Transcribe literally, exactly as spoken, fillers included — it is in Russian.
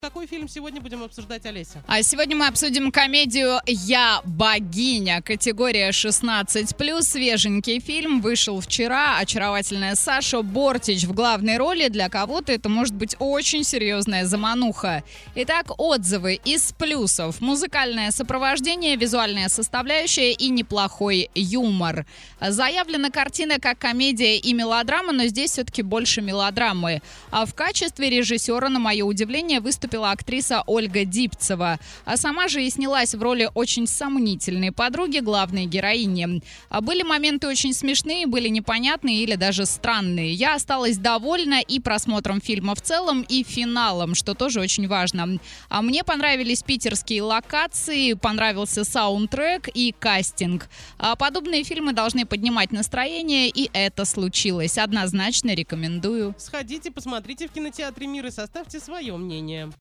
Какой фильм сегодня будем обсуждать, Олеся? А сегодня мы обсудим комедию «Я богиня». Категория шестнадцать плюс. Свеженький фильм. Вышел вчера. Очаровательная Саша Бортич в главной роли. Для кого-то это может быть очень серьезная замануха. Итак, отзывы из плюсов. Музыкальное сопровождение, визуальная составляющая и неплохой юмор. Заявлена картина как комедия и мелодрама, но здесь все-таки больше мелодрамы. А в качестве режиссера, на мое удивление, выступила актриса Ольга Дипцева. А сама же и снялась в роли очень сомнительной подруги главной героини. А были моменты очень смешные, были непонятные или даже странные. Я осталась довольна и просмотром фильма в целом, и финалом, что тоже очень важно. А мне понравились питерские локации, понравился саундтрек и кастинг. А подобные фильмы должны поднимать настроение, и это случилось. Однозначно рекомендую. Сходите, посмотрите в кинотеатре «Мир» и составьте свое мнение.